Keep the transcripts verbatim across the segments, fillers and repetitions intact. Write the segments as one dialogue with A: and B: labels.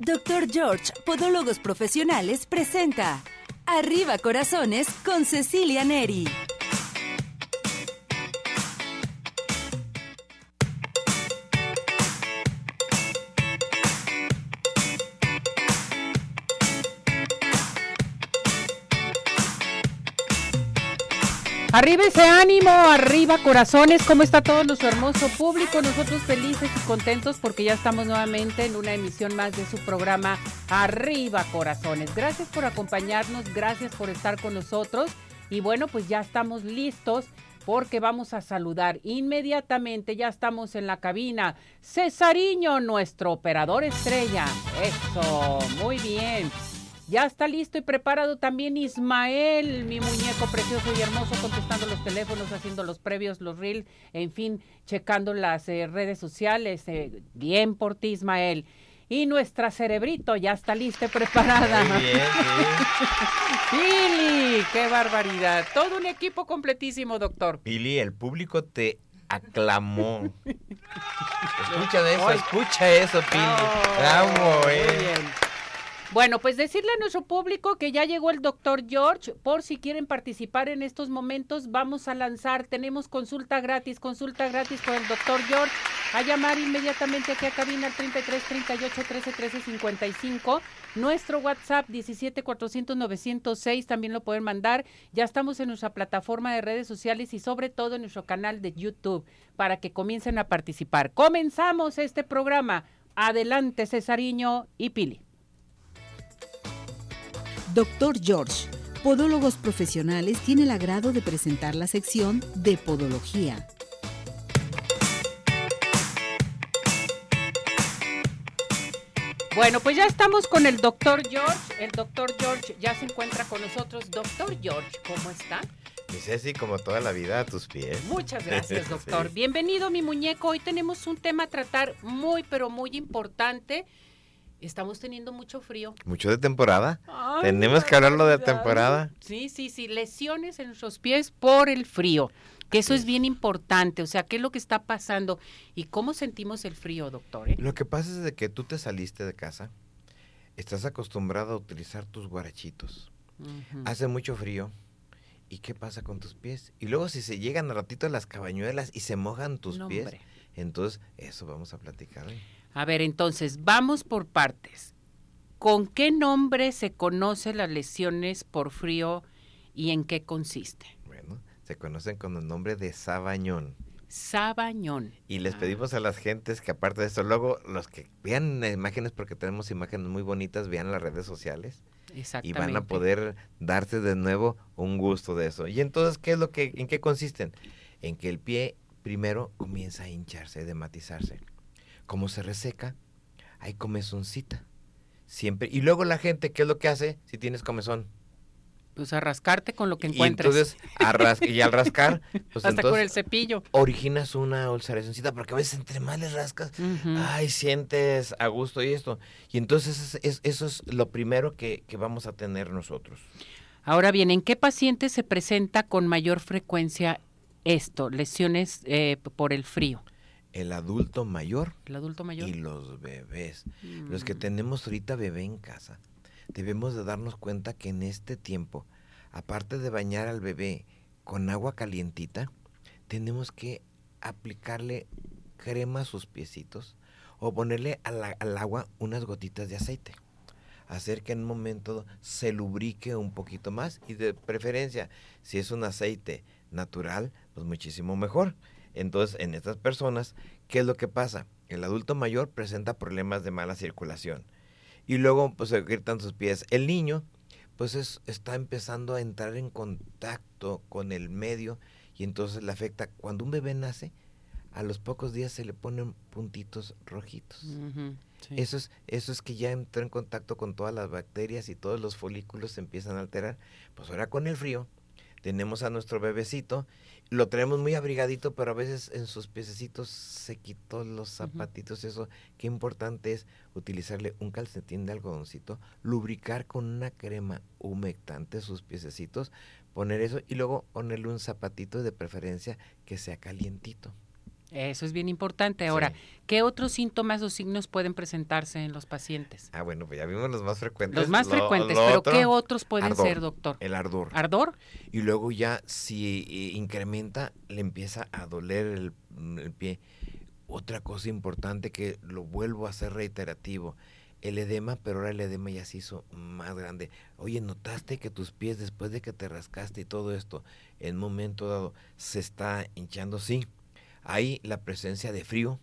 A: Doctor George, Podólogos Profesionales, presenta Arriba Corazones con Cecilia Neri.
B: Arriba ese ánimo, arriba corazones, ¿cómo está todo nuestro hermoso público? Nosotros felices y contentos porque ya estamos nuevamente en una emisión más de su programa Arriba Corazones. Gracias por acompañarnos, gracias por estar con nosotros y bueno, pues ya estamos listos porque vamos a saludar inmediatamente, ya estamos en la cabina. Cesariño, nuestro operador estrella, eso, muy bien. Ya está listo y preparado también Ismael, mi muñeco precioso y hermoso, contestando los teléfonos, haciendo los previos, los reels, en fin, checando las eh, redes sociales. Eh, bien por ti, Ismael. Y nuestra Cerebrito ya está lista y preparada.
C: Muy bien, sí.
B: Pili, qué barbaridad. Todo un equipo completísimo, doctor.
C: Pili, el público te aclamó. Escucha eso, escucha eso, Pili.
B: Oh,
C: Bravo, eh.
B: Muy bien. Bueno, pues decirle a nuestro público que ya llegó el doctor George, por si quieren participar en estos momentos, vamos a lanzar, tenemos consulta gratis, consulta gratis con el doctor George, a llamar inmediatamente aquí a cabina al treinta y tres, treinta y ocho, trece, trece, cincuenta y cinco, nuestro WhatsApp diecisiete, cuatrocientos, novecientos seis, también lo pueden mandar, ya estamos en nuestra plataforma de redes sociales y sobre todo en nuestro canal de YouTube, para que comiencen a participar. Comenzamos este programa, adelante Cesariño y Pili.
A: Doctor George, Podólogos Profesionales, tiene el agrado de presentar la sección de Podología.
B: Bueno, pues ya estamos con el doctor George. El doctor George ya se encuentra con nosotros. Doctor George, ¿cómo está?
C: Mi Ceci, como toda la vida, a tus pies.
B: Muchas gracias, doctor.
C: Sí.
B: Bienvenido, mi muñeco. Hoy tenemos un tema a tratar muy, pero muy importante. Estamos teniendo mucho frío.
C: Mucho de temporada.
B: Ay,
C: Tenemos que hablarlo de
B: verdad.
C: temporada.
B: Sí, sí, sí. Lesiones en nuestros pies por el frío. Que eso
C: Sí.
B: es bien importante. O sea, ¿qué es lo que está pasando? ¿Y cómo sentimos el frío, doctor? eh?
C: Lo que pasa es de que tú te saliste de casa, estás acostumbrado a utilizar tus guarachitos.
B: Uh-huh.
C: Hace mucho frío. ¿Y qué pasa con tus pies? Y luego si se llegan a ratito las cabañuelas y se mojan tus
B: No,
C: pies,
B: hombre.
C: entonces eso vamos a platicar hoy.
B: A ver, entonces, vamos por partes. ¿Con qué nombre se conocen las lesiones por frío y en qué consiste?
C: Bueno, se conocen con el nombre de sabañón.
B: Sabañón.
C: Y les
B: Ah.
C: pedimos a las gentes que aparte de eso, luego los que vean imágenes, porque tenemos imágenes muy bonitas, vean las redes sociales y
B: Exactamente.
C: van a poder darse de nuevo un gusto de eso. Y entonces, ¿qué es lo que, en qué consisten? En que el pie primero comienza a hincharse, a edematizarse. Como se reseca, hay comezoncita. Siempre. Y luego la gente, ¿qué es lo que hace si tienes comezón?
B: Pues a rascarte con lo que
C: Y
B: encuentres.
C: entonces, a ras- y al rascar, pues
B: Hasta
C: entonces
B: con el cepillo.
C: originas una ulceracióncita, porque a veces entre más le rascas,
B: Uh-huh.
C: ay, sientes a gusto y esto. Y entonces es, es, eso es lo primero que, que vamos a tener nosotros.
B: Ahora bien, ¿en qué pacientes se presenta con mayor frecuencia esto? Lesiones eh, por el frío.
C: El adulto mayor
B: ¿El adulto mayor?
C: y los bebés.
B: Mm.
C: Los que tenemos ahorita bebé en casa, debemos de darnos cuenta que en este tiempo, aparte de bañar al bebé con agua calientita, tenemos que aplicarle crema a sus piecitos o ponerle a la- al agua unas gotitas de aceite. Hacer que en un momento se lubrique un poquito más y de preferencia, si es un aceite natural, pues muchísimo mejor. Entonces, en estas personas, ¿qué es lo que pasa? El adulto mayor presenta problemas de mala circulación y luego pues se irritan sus pies. El niño pues es, está empezando a entrar en contacto con el medio y entonces le afecta. Cuando un bebé nace, a los pocos días se le ponen puntitos rojitos.
B: Uh-huh. Sí.
C: Eso es, eso es que ya entró en contacto con todas las bacterias y todos los folículos se empiezan a alterar. Pues ahora con el frío, tenemos a nuestro bebecito, lo tenemos muy abrigadito, pero a veces en sus piececitos se quitó los zapatitos. Uh-huh. Eso, qué importante es utilizarle un calcetín de algodoncito, lubricar con una crema humectante sus piececitos, poner eso y luego ponerle un zapatito de preferencia que sea calientito.
B: Eso es bien importante. Ahora, sí. ¿Qué otros síntomas o signos pueden presentarse en los pacientes?
C: Ah, bueno, pues ya vimos los más frecuentes.
B: Los más
C: lo,
B: frecuentes,
C: lo
B: pero
C: otro,
B: ¿qué otros pueden
C: ardor,
B: ser, doctor?
C: El ardor.
B: ¿Ardor?
C: Y luego ya, si eh, incrementa, le empieza a doler el, el pie. Otra cosa importante que lo vuelvo a hacer reiterativo, el edema, pero ahora el edema ya se hizo más grande. Oye, ¿notaste que tus pies, después de que te rascaste y todo esto, en un momento dado, se está hinchando? Sí. Hay la presencia de frío.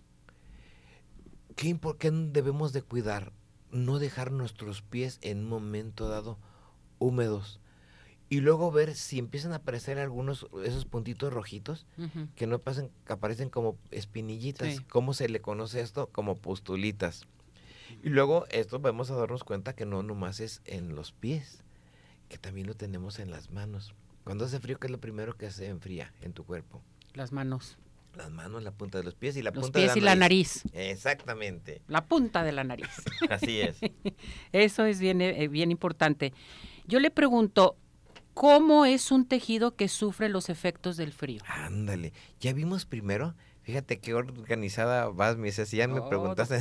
C: ¿Qué, ¿Por qué debemos de cuidar? No dejar nuestros pies en un momento dado húmedos. Y luego ver si empiezan a aparecer algunos, esos puntitos rojitos, uh-huh. que no pasen, que aparecen como espinillitas. Sí. ¿Cómo se le conoce esto? Como pustulitas. Y luego esto vamos a darnos cuenta que no nomás es en los pies, que también lo tenemos en las manos. Cuando hace frío, ¿qué es lo primero que se enfría en tu cuerpo?
B: Las manos.
C: Las manos, la punta de los pies y la
B: los
C: punta
B: pies
C: de la
B: y
C: nariz.
B: la nariz.
C: Exactamente.
B: La punta de la nariz.
C: Así es.
B: Eso es bien, eh, bien importante. Yo le pregunto, ¿cómo es un tejido que sufre los efectos del frío?
C: Ándale, ya vimos primero, fíjate qué organizada vas, mi Ceci, ya oh, me preguntaste.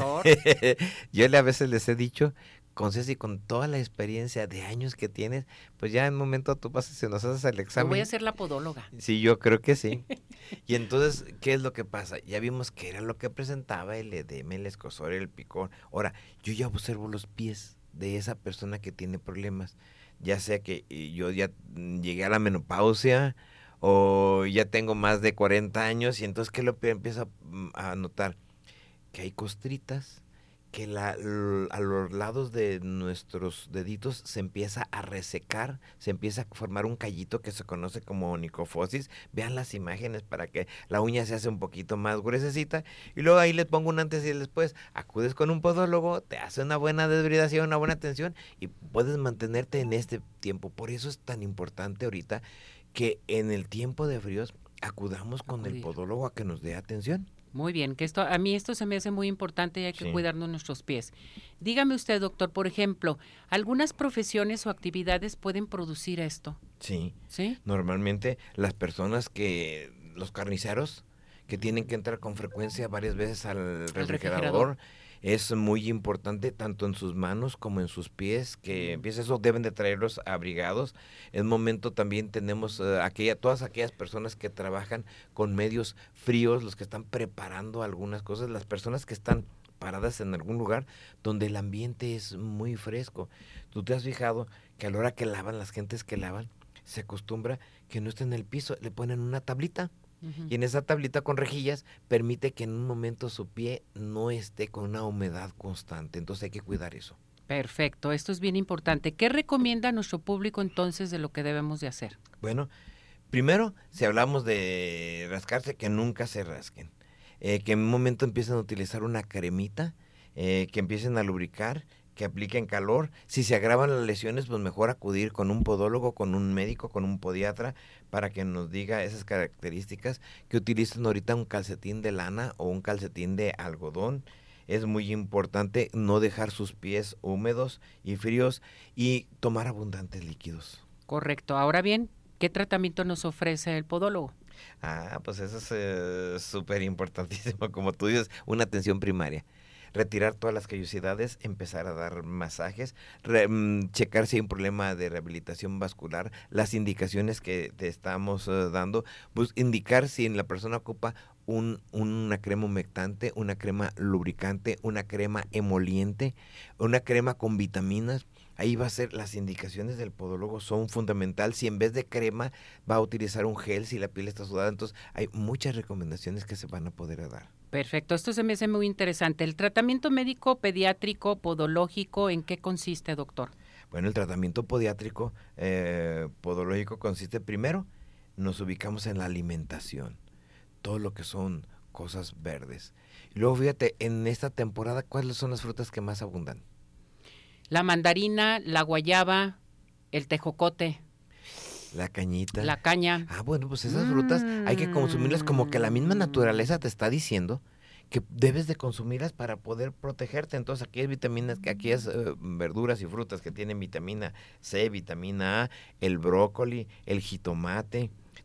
C: Yo le, a veces les he dicho, con Ceci, con toda la experiencia de años que tienes, pues ya en un momento tú pasas y nos haces el examen.
B: Yo voy a ser la podóloga.
C: Sí, yo creo que sí. Y entonces, ¿qué es lo que pasa? Ya vimos que era lo que presentaba el edema, el escozor, el picor. Ahora, yo ya observo los pies de esa persona que tiene problemas, ya sea que yo ya llegué a la menopausia o ya tengo más de cuarenta años, y entonces, ¿qué lo empiezo a notar? Que hay costritas, que la, a los lados de nuestros deditos se empieza a resecar, se empieza a formar un callito que se conoce como onicofosis. Vean las imágenes para que la uña se hace un poquito más gruesecita, y luego ahí les pongo un antes y después. Acudes con un podólogo, te hace una buena desbridación, una buena atención, y puedes mantenerte en este tiempo. Por eso es tan importante ahorita que en el tiempo de fríos acudamos con Acudir. el podólogo a que nos dé atención.
B: Muy bien, que esto a mí esto se me hace muy importante y hay que sí. cuidarnos nuestros pies. Dígame usted, doctor, por ejemplo, ¿algunas profesiones o actividades pueden producir esto?
C: Sí.
B: ¿Sí?
C: Normalmente las personas que, los carniceros, que tienen que entrar con frecuencia varias veces al refrigerador, refrigerador. Es muy importante tanto en sus manos como en sus pies, que mm. eso deben de traerlos abrigados. En un momento también tenemos uh, aquella, todas aquellas personas que trabajan con medios fríos, los que están preparando algunas cosas, las personas que están paradas en algún lugar donde el ambiente es muy fresco. Tú te has fijado que a la hora que lavan, las gentes que lavan, se acostumbra que no esté en el piso, le ponen una tablita. Uh-huh. Y en esa tablita con rejillas permite que en un momento su pie no esté con una humedad constante. Entonces hay que cuidar eso.
B: Perfecto, esto es bien importante. ¿Qué recomienda a nuestro público entonces de lo que debemos de hacer?
C: Bueno, primero, si hablamos de rascarse, que nunca se rasquen. Eh, que en un momento empiecen a utilizar una cremita, eh, que empiecen a lubricar, que apliquen calor. Si se agravan las lesiones, pues mejor acudir con un podólogo, con un médico, con un podiatra, para que nos diga esas características, que utilicen ahorita un calcetín de lana o un calcetín de algodón. Es muy importante no dejar sus pies húmedos y fríos y tomar abundantes líquidos.
B: Correcto. Ahora bien, ¿qué tratamiento nos ofrece el podólogo?
C: Ah, pues eso es súper eh, importantísimo, como tú dices, una atención primaria. Retirar todas las callosidades, empezar a dar masajes, re, mm, checar si hay un problema de rehabilitación vascular, las indicaciones que te estamos uh, dando, pues indicar si la persona ocupa un, una crema humectante, una crema lubricante, una crema emoliente, una crema con vitaminas. Ahí va a ser, las indicaciones del podólogo son fundamental. Si en vez de crema va a utilizar un gel, si la piel está sudada, entonces hay muchas recomendaciones que se van a poder dar.
B: Perfecto, esto se me hace muy interesante. ¿El tratamiento médico, pediátrico, podológico, en qué consiste, doctor?
C: Bueno, el tratamiento pediátrico, eh, podológico consiste primero, nos ubicamos en la alimentación, todo lo que son cosas verdes. Y luego fíjate, en esta temporada, ¿cuáles son las frutas que más abundan?
B: La mandarina, la guayaba, el tejocote.
C: La cañita.
B: La caña.
C: Ah, bueno, pues esas frutas mm. hay que consumirlas como que la misma naturaleza te está diciendo que debes de consumirlas para poder protegerte. Entonces, aquellas vitaminas, aquellas uh, verduras y frutas que tienen vitamina C, vitamina A, el brócoli, el jitomate,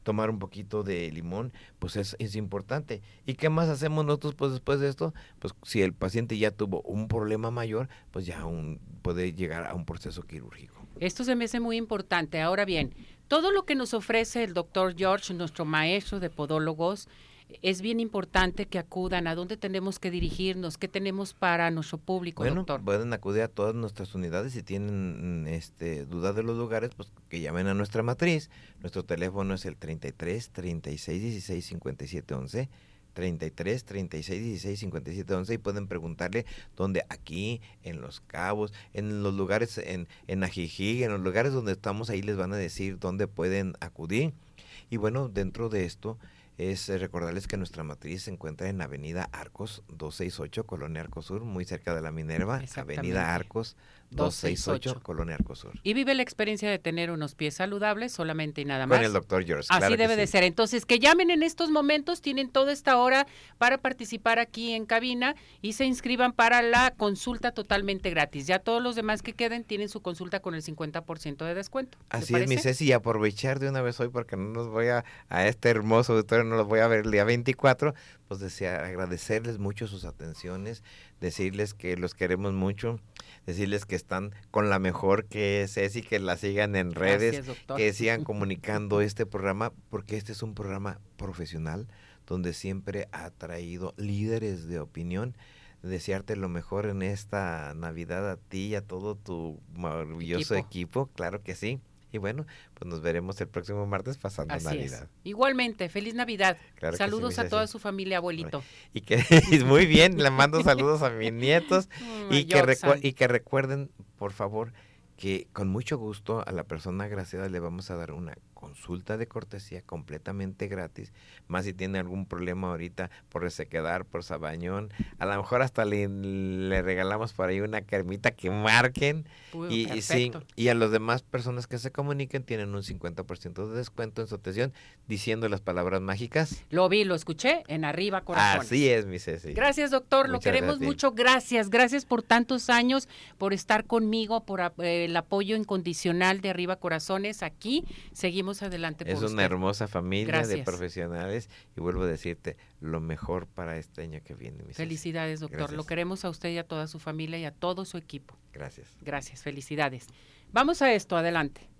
C: tomar un poquito de limón, pues es, es importante. ¿Y qué más hacemos nosotros pues después de esto? Pues si el paciente ya tuvo un problema mayor, pues ya un, puede llegar a un proceso quirúrgico.
B: Esto se me hace muy importante. Ahora bien, todo lo que nos ofrece el doctor George, nuestro maestro de podólogos, es bien importante que acudan. ¿A dónde tenemos que dirigirnos? ¿Qué tenemos para nuestro público,
C: bueno,
B: doctor?
C: Pueden acudir a todas nuestras unidades. Si tienen este duda de los lugares, pues que llamen a nuestra matriz. Nuestro teléfono es el treinta y tres, treinta y seis, dieciséis, cincuenta y siete, once, treinta y tres, treinta y seis, dieciséis, cincuenta y siete, once, y pueden preguntarle dónde, aquí, en Los Cabos, en los lugares, en, en Ajijic, en los lugares donde estamos, ahí les van a decir dónde pueden acudir. Y bueno, dentro de esto es recordarles que nuestra matriz se encuentra en Avenida Arcos doscientos sesenta y ocho, Colonia Arcos Sur, muy cerca de la Minerva. Avenida Arcos doscientos sesenta y ocho, Colonia Arcos Sur.
B: Y vive la experiencia de tener unos pies saludables solamente y nada más.
C: Con el doctor George.
B: Así
C: claro
B: debe
C: sí.
B: de ser. Entonces, que llamen en estos momentos, tienen toda esta hora para participar aquí en cabina y se inscriban para la consulta totalmente gratis. Ya todos los demás que queden tienen su consulta con el cincuenta por ciento de descuento.
C: Así es, mi Ceci, y aprovechar de una vez hoy, porque no nos voy a, a este hermoso auditorio, no los voy a ver el día veinticuatro, pues desea agradecerles mucho sus atenciones, decirles que los queremos mucho, decirles que están con la mejor que es Ceci, que la sigan en redes,
B: Gracias,
C: que sigan comunicando este programa, porque este es un programa profesional, donde siempre ha traído líderes de opinión. Desearte lo mejor en esta Navidad a ti y a todo tu maravilloso equipo, equipo claro que sí. Y bueno, pues nos veremos el próximo martes pasando
B: Así
C: Navidad.
B: Es. Igualmente, feliz Navidad.
C: Claro
B: saludos
C: sí,
B: a toda su familia, abuelito.
C: Y que muy bien, le mando saludos a mis nietos y, que recu- y que recuerden, por favor, que con mucho gusto a la persona agraciada le vamos a dar una consulta de cortesía completamente gratis, más si tiene algún problema ahorita por resequedad, por sabañón, a lo mejor hasta le, le regalamos por ahí una cremita que marquen. Uy, y, y sí, y a las demás personas que se comuniquen tienen un cincuenta por ciento de descuento en su atención diciendo las palabras mágicas.
B: Lo vi, lo escuché en Arriba Corazones.
C: Así es, mi Ceci.
B: Gracias, doctor, Muchas lo queremos gracias. mucho, gracias, gracias por tantos años, por estar conmigo, por eh, el apoyo incondicional de Arriba Corazones. Aquí seguimos adelante por
C: Es una
B: usted.
C: hermosa familia
B: Gracias.
C: de profesionales y vuelvo a decirte lo mejor para este año que viene. Mi
B: Felicidades, doctor.
C: Gracias.
B: Lo queremos a usted y a toda su familia y a todo su equipo.
C: Gracias.
B: Gracias, felicidades. Vamos a esto, adelante.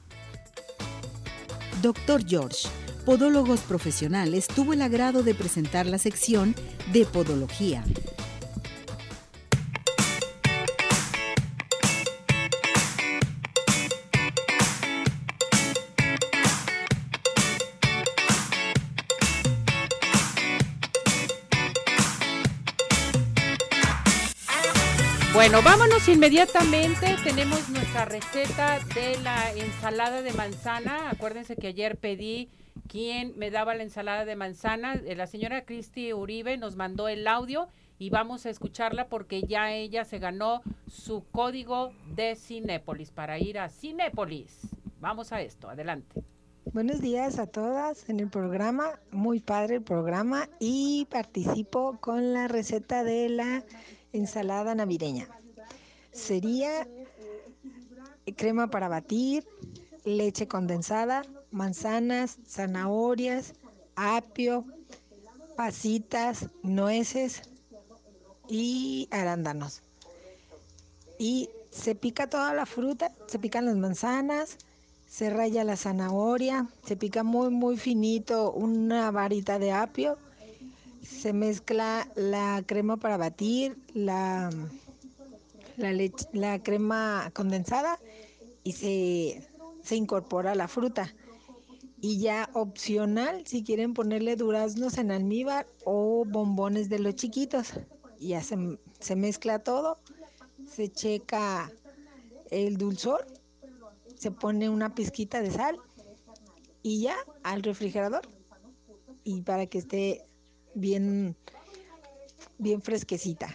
A: Doctor George, Podólogos Profesionales, tuvo el agrado de presentar la sección de Podología.
B: Bueno, vámonos inmediatamente. Tenemos nuestra receta de la ensalada de manzana. Acuérdense que ayer pedí quién me daba la ensalada de manzana. La señora Cristi Uribe nos mandó el audio y vamos a escucharla porque ya ella se ganó su código de Cinépolis para ir a Cinépolis. Vamos a esto, adelante.
D: Buenos días a todas en el programa, muy padre el programa y participo con la receta de la ensalada navideña. Sería crema para batir, leche condensada, manzanas, zanahorias, apio, pasitas, nueces y arándanos. Y se pica toda la fruta, se pican las manzanas, se raya la zanahoria, se pica muy muy finito una varita de apio. Se mezcla la crema para batir, la, la, leche, la crema condensada y se, se incorpora la fruta. Y ya opcional, si quieren ponerle duraznos en almíbar o bombones de los chiquitos. Y ya se, se mezcla todo, se checa el dulzor, se pone una pizquita de sal y ya al refrigerador. Y para que esté bien, bien fresquecita.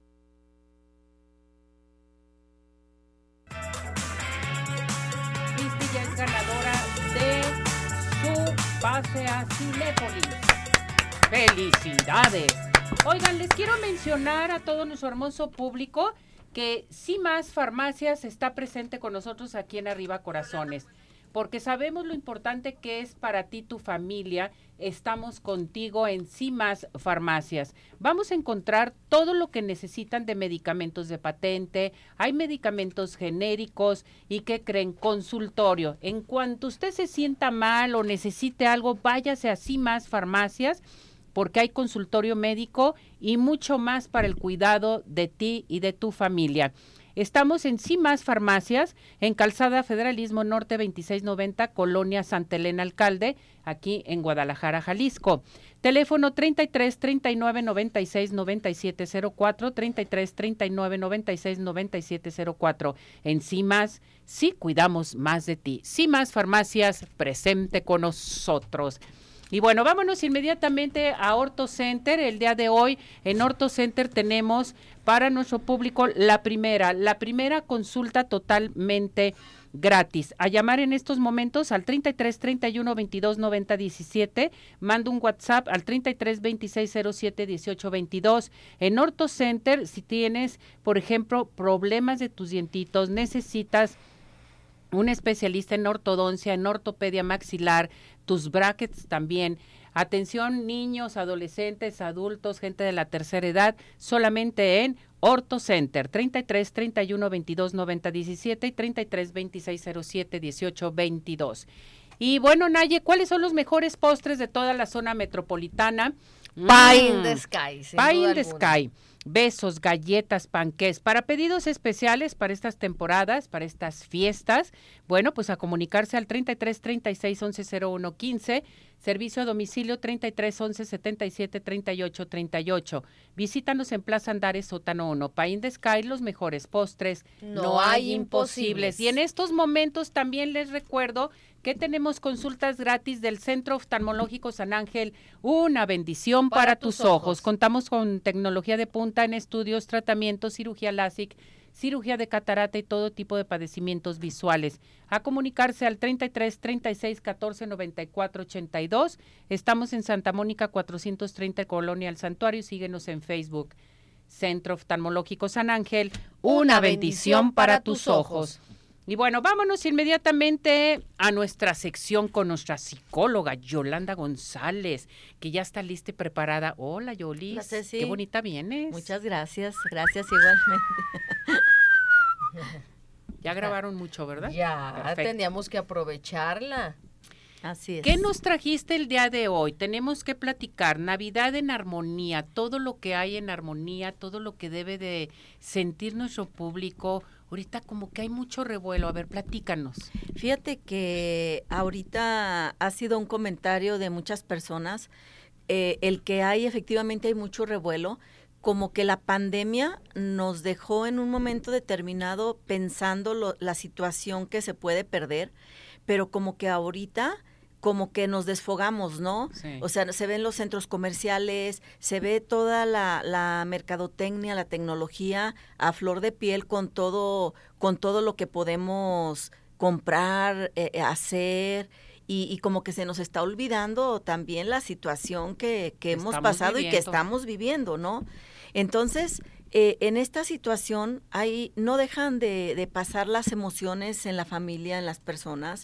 B: Cristi ya es ganadora de su pase a Cinépolis. ¡Felicidades! Oigan, les quiero mencionar a todo nuestro hermoso público que CIMAS Farmacias está presente con nosotros aquí en Arriba Corazones. porque sabemos lo importante que es para ti tu familia. Estamos contigo en CIMAS Farmacias. Vamos a encontrar todo lo que necesitan de medicamentos de patente, hay medicamentos genéricos y ¿qué creen? Consultorio. En cuanto usted se sienta mal o necesite algo, váyase a CIMAS Farmacias, porque hay consultorio médico y mucho más para el cuidado de ti y de tu familia. Estamos en CIMAS Farmacias, en Calzada Federalismo Norte veintiséis noventa, Colonia Santa Elena Alcalde, aquí en Guadalajara, Jalisco. Teléfono treinta y tres, treinta y nueve, noventa y seis, noventa y siete cero cuatro, treinta y tres, treinta y nueve, noventa y seis, noventa y siete cero cuatro. En CIMAS, sí cuidamos más de ti. CIMAS Farmacias, presente con nosotros. Y bueno, vámonos inmediatamente a Orto Center. El día de hoy en Orto Center tenemos para nuestro público la primera, la primera consulta totalmente gratis. A llamar en estos momentos al treinta y tres, treinta y uno, veintidós, noventa, diecisiete. Manda un WhatsApp al treinta y tres, veintiséis, cero siete, dieciocho, veintidós. En Orto Center, si tienes, por ejemplo, problemas de tus dientitos, necesitas un especialista en ortodoncia, en ortopedia maxilar, tus brackets también. Atención, niños, adolescentes, adultos, gente de la tercera edad, solamente en Orto Center, treinta y tres, treinta y uno, veintidós, noventa, diecisiete y treinta y tres, veintiséis, cero siete, dieciocho, veintidós. Y bueno, Naye, ¿cuáles son los mejores postres de toda la zona metropolitana?
E: Pie in the Sky.
B: Pie in the Sky. Besos, galletas, panqués. Para pedidos especiales para estas temporadas, para estas fiestas, bueno, pues a comunicarse al treinta y tres, treinta y seis, once, cero uno, quince. Servicio a domicilio treinta y tres, once, setenta y siete, treinta y ocho, treinta y ocho. Visítanos en Plaza Andares, Sótano uno. Pie in the Sky, los mejores postres.
E: No,
B: no
E: hay
B: hay imposibles.
E: imposibles.
B: Y en estos momentos también les recuerdo que tenemos consultas gratis del Centro Oftalmológico San Ángel, una bendición para, para tus, tus ojos. ojos. Contamos con tecnología de punta en estudios, tratamientos, cirugía LASIK, cirugía de catarata y todo tipo de padecimientos visuales. A comunicarse al treinta y tres, treinta y seis, catorce, noventa y cuatro, ochenta y dos. Estamos en Santa Mónica cuatrocientos treinta, Colonia El Santuario. Síguenos en Facebook. Centro Oftalmológico San Ángel, una, una bendición, bendición para, para tus ojos. ojos. Y bueno, vámonos inmediatamente a nuestra sección con nuestra psicóloga Yolanda González, que ya está lista y preparada. Hola, Yoli.
E: Hola, Ceci.
B: Qué bonita vienes.
E: Muchas gracias, gracias igualmente.
B: Ya grabaron mucho, ¿verdad?
E: Ya,
B: perfecto.
E: Teníamos que aprovecharla. Así es.
B: ¿Qué nos trajiste el día de hoy? Tenemos que platicar Navidad en armonía, todo lo que hay en armonía, todo lo que debe de sentir nuestro público. Ahorita como que hay mucho revuelo. A ver, platícanos.
E: Fíjate que ahorita ha sido un comentario de muchas personas, eh, el que hay efectivamente hay mucho revuelo, como que la pandemia nos dejó en un momento determinado pensando lo, la situación que se puede perder, pero como que ahorita como que nos desfogamos, ¿no?
B: Sí.
E: O sea, se ven los centros comerciales, se ve toda la, la mercadotecnia, la tecnología a flor de piel con todo, con todo lo que podemos comprar, eh, hacer, y, y como que se nos está olvidando también la situación que, que hemos
B: estamos
E: pasado
B: viviendo.
E: Y que estamos viviendo, ¿no? Entonces, eh, en esta situación hay, no dejan de, de pasar las emociones en la familia, en las personas.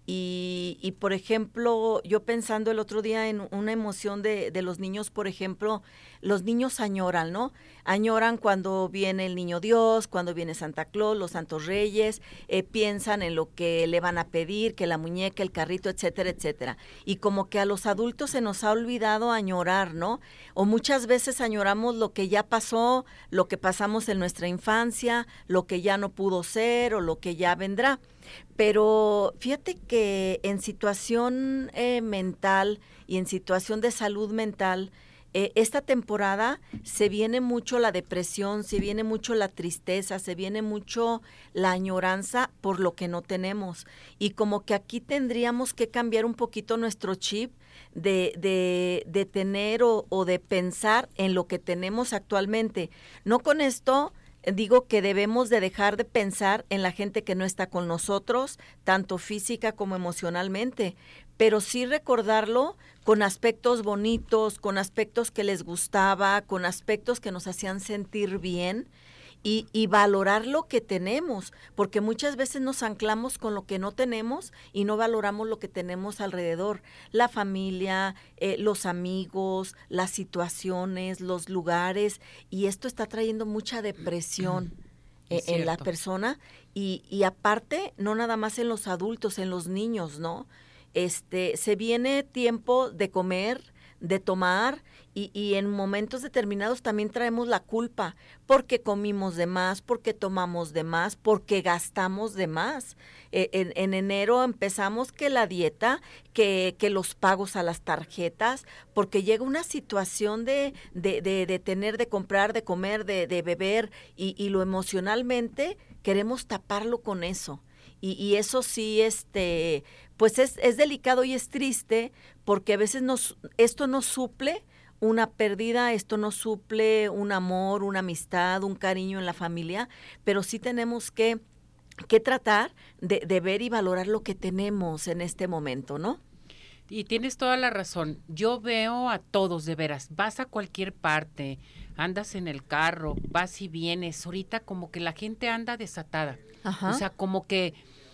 E: Y, y, por ejemplo, yo pensando el otro día en una emoción de, de los niños, por ejemplo, los niños añoran, ¿no? Añoran cuando viene el Niño Dios, cuando viene Santa Claus, los Santos Reyes, eh, piensan en lo que le van a pedir, que la muñeca, el carrito, etcétera, etcétera. Y como que a los adultos se nos ha olvidado añorar, ¿no? O muchas veces añoramos lo que ya pasó, lo que pasamos en nuestra infancia, lo que ya no pudo ser o lo que ya vendrá. Pero fíjate que en situación eh, mental y en situación de salud mental, eh, esta temporada se viene mucho la depresión, se viene mucho la tristeza, se viene mucho la añoranza por lo que no tenemos. Y como que aquí tendríamos que cambiar un poquito nuestro chip de, de, de tener o, o de pensar en lo que tenemos actualmente. No con esto digo que debemos de dejar de pensar en la gente que no está con nosotros, tanto física como emocionalmente, pero sí recordarlo con aspectos bonitos, con aspectos que les gustaba, con aspectos que nos hacían sentir bien y, y valorar lo que tenemos, porque muchas veces nos anclamos con lo que no tenemos y no valoramos lo que tenemos alrededor, la familia, eh, los amigos, las situaciones, los lugares, y esto está trayendo mucha depresión eh, en la persona y, y aparte, no nada más en los adultos, en los niños, ¿no? Este, se viene tiempo de comer, de tomar y, y en momentos determinados también traemos la culpa porque comimos de más, porque tomamos de más, porque gastamos de más. Eh, en, en enero empezamos que la dieta, que, que los pagos a las tarjetas, porque llega una situación de, de, de, de tener, de comprar, de comer, de, de beber y, y lo emocionalmente queremos taparlo con eso. Y, y eso sí, este, pues es, es delicado y es triste porque a veces nos, esto no suple una pérdida, esto no suple un amor, una amistad, un cariño en la familia, pero sí tenemos que, que tratar de, de ver y valorar lo que tenemos en este momento, ¿no?
B: Y tienes toda la razón. Yo veo a todos, de veras, vas a cualquier parte, andas en el carro, vas y vienes, ahorita como que la gente anda desatada. Ajá. O sea, como que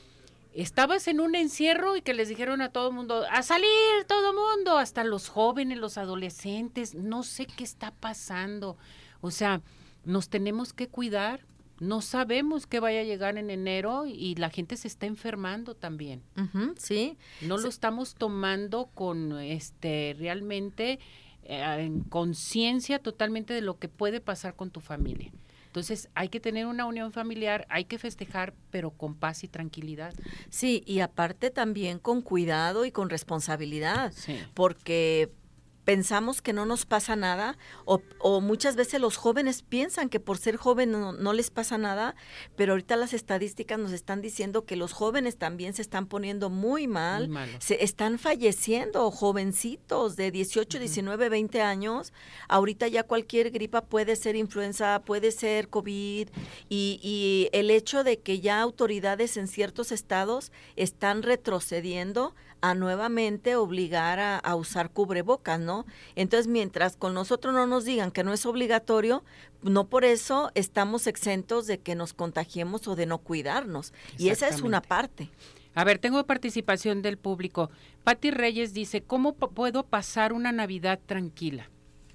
B: estabas en un encierro y que les dijeron a todo mundo, a salir todo mundo, hasta los jóvenes, los adolescentes, no sé qué está pasando. O sea, nos tenemos que cuidar, no sabemos qué vaya a llegar en enero y la gente se está enfermando también.
E: Uh-huh, sí.
B: No
E: sí.
B: lo estamos tomando con este realmente eh, en conciencia totalmente de lo que puede pasar con tu familia. Entonces, hay que tener una unión familiar, hay que festejar, pero con paz y tranquilidad.
E: Sí, y aparte también con cuidado y con responsabilidad,
B: sí.
E: porque pensamos que no nos pasa nada o, o muchas veces los jóvenes piensan que por ser joven no, no les pasa nada, pero ahorita las estadísticas nos están diciendo que los jóvenes también se están poniendo muy mal,
B: muy
E: se están falleciendo jovencitos de dieciocho, uh-huh. diecinueve, veinte años, ahorita ya cualquier gripa puede ser influenza, puede ser COVID y, y el hecho de que ya autoridades en ciertos estados están retrocediendo a nuevamente obligar a, a usar cubrebocas, ¿no? Entonces, mientras con nosotros no nos digan que no es obligatorio, no por eso estamos exentos de que nos contagiemos o de no cuidarnos. Y esa es una parte.
B: A ver, tengo participación del público. Pati Reyes dice, ¿cómo p- puedo pasar una Navidad tranquila?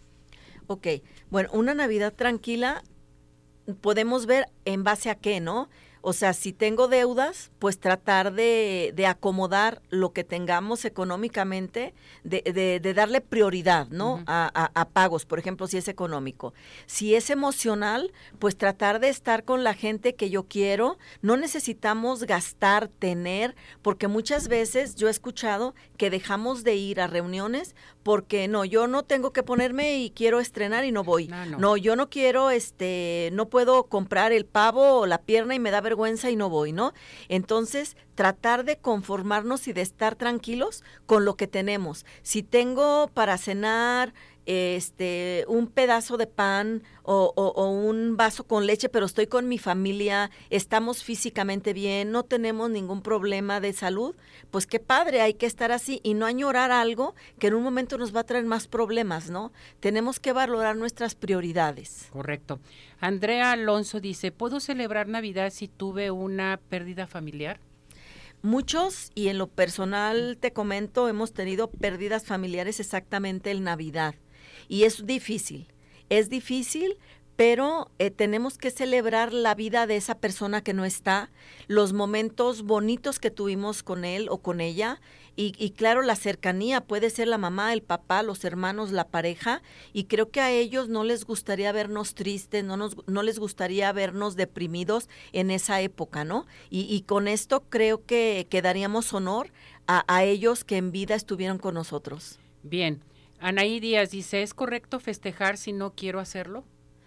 E: Ok, bueno, una Navidad tranquila podemos ver en base a qué, ¿no? O sea, si tengo deudas, pues tratar de, de acomodar lo que tengamos económicamente, de, de, de darle prioridad, ¿no? Uh-huh. A, a, a pagos, por ejemplo, si es económico. Si es emocional, pues tratar de estar con la gente que yo quiero. No necesitamos gastar, tener, porque muchas veces yo he escuchado que dejamos de ir a reuniones porque no, yo no tengo que ponerme y quiero estrenar y no voy. No, no. no yo no quiero, este, no puedo comprar el pavo o la pierna y me da vergüenza y no voy, ¿no? Entonces, tratar de conformarnos y de estar tranquilos con lo que tenemos. Si tengo para cenar este un pedazo de pan o, o, o un vaso con leche, pero estoy con mi familia, estamos físicamente bien, no tenemos ningún problema de salud, pues qué padre, hay que estar así y no añorar algo que en un momento nos va a traer más problemas, ¿no? Tenemos que valorar nuestras prioridades.
B: Correcto. Andrea Alonso dice, ¿puedo celebrar Navidad si tuve una pérdida familiar?
E: Muchos, y en lo personal te comento, hemos tenido pérdidas familiares exactamente en Navidad. Y es difícil, es difícil, pero eh, tenemos que celebrar la vida de esa persona que no está, los momentos bonitos que tuvimos con él o con ella, y, y claro, la cercanía, puede ser la mamá, el papá, los hermanos, la pareja, y creo que a ellos no les gustaría vernos tristes, no, nos, no les gustaría vernos deprimidos en esa época, ¿no? Y, y con esto creo que, que daríamos honor a, a ellos que en vida estuvieron con nosotros.
B: Bien. Anaí Díaz dice, ¿es correcto festejar si no quiero hacerlo?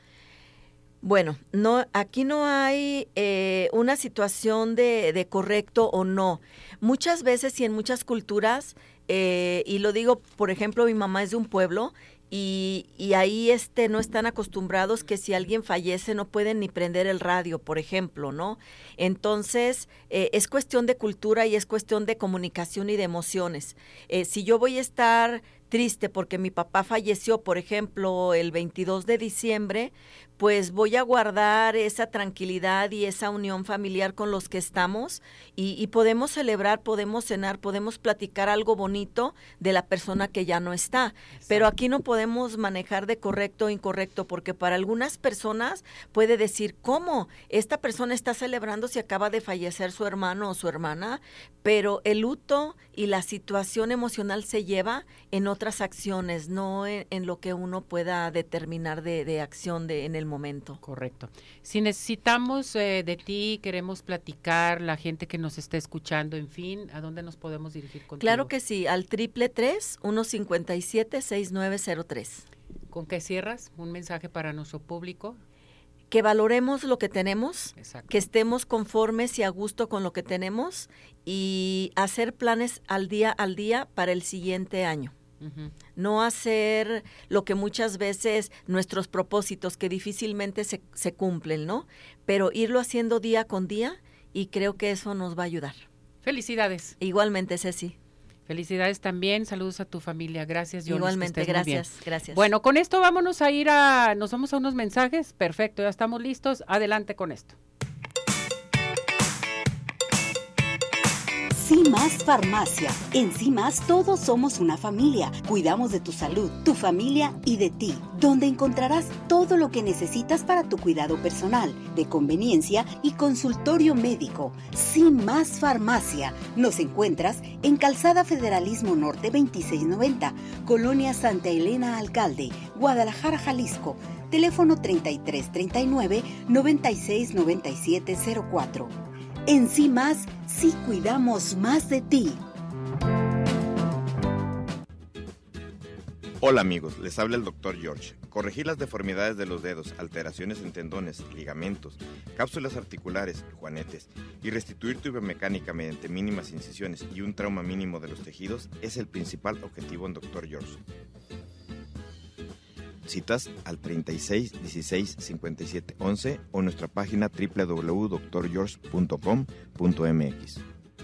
E: Bueno, no, aquí no hay eh, una situación de, de correcto o no. Muchas veces y en muchas culturas, eh, y lo digo, por ejemplo, mi mamá es de un pueblo y, y ahí este no están acostumbrados que si alguien fallece no pueden ni prender el radio, por ejemplo, ¿no? Entonces, eh, es cuestión de cultura y es cuestión de comunicación y de emociones. Eh, si yo voy a estar triste porque mi papá falleció, por ejemplo, el veintidós de diciembre, pues voy a guardar esa tranquilidad y esa unión familiar con los que estamos y, y podemos celebrar, podemos cenar, podemos platicar algo bonito de la persona que ya no está. Exacto. Pero aquí no podemos manejar de correcto o incorrecto, porque para algunas personas puede decir, ¿cómo? Esta persona está celebrando si acaba de fallecer su hermano o su hermana, pero el luto y la situación emocional se lleva en otras acciones, no en, en lo que uno pueda determinar de, de acción de, en el momento.
B: Correcto. Si necesitamos eh, de ti, queremos platicar, la gente que nos está escuchando, en fin, ¿a dónde nos podemos dirigir contigo?
E: Claro que sí, al triple tres, uno cincuenta y siete, sesenta y nueve cero tres.
B: ¿Con qué cierras? ¿Un mensaje para nuestro público?
E: Que valoremos lo que tenemos,
B: Exacto.
E: que estemos conformes y a gusto con lo que tenemos y hacer planes al día al día para el siguiente año. Uh-huh. No hacer lo que muchas veces nuestros propósitos que difícilmente se, se cumplen, ¿no? Pero irlo haciendo día con día y creo que eso nos va a ayudar.
B: Felicidades.
E: Igualmente, Ceci.
B: Felicidades también, saludos a tu familia. Gracias, Jonis.
E: Igualmente, gracias, gracias.
B: Bueno, con esto vámonos a ir a, nos vamos a unos mensajes. Perfecto, ya estamos listos. Adelante con esto.
F: CIMAS Farmacia. En CIMAS todos somos una familia. Cuidamos de tu salud, tu familia y de ti, donde encontrarás todo lo que necesitas para tu cuidado personal, de conveniencia y consultorio médico. CIMAS Farmacia. Nos encuentras en Calzada Federalismo Norte veintiséis noventa, Colonia Santa Elena Alcalde, Guadalajara, Jalisco. Teléfono treinta y tres treinta y nueve, noventa y seis noventa y siete cero cuatro. En CIMAS, sí cuidamos más de ti.
G: Hola amigos, les habla el doctor George. Corregir las deformidades de los dedos, alteraciones en tendones, ligamentos, cápsulas articulares, juanetes y restituir tu biomecánica mediante mínimas incisiones y un trauma mínimo de los tejidos es el principal objetivo en doctor George. Citas al treinta y seis, dieciséis, cincuenta y siete, once o nuestra página doble u doble u doble u punto doctor george punto com punto m x.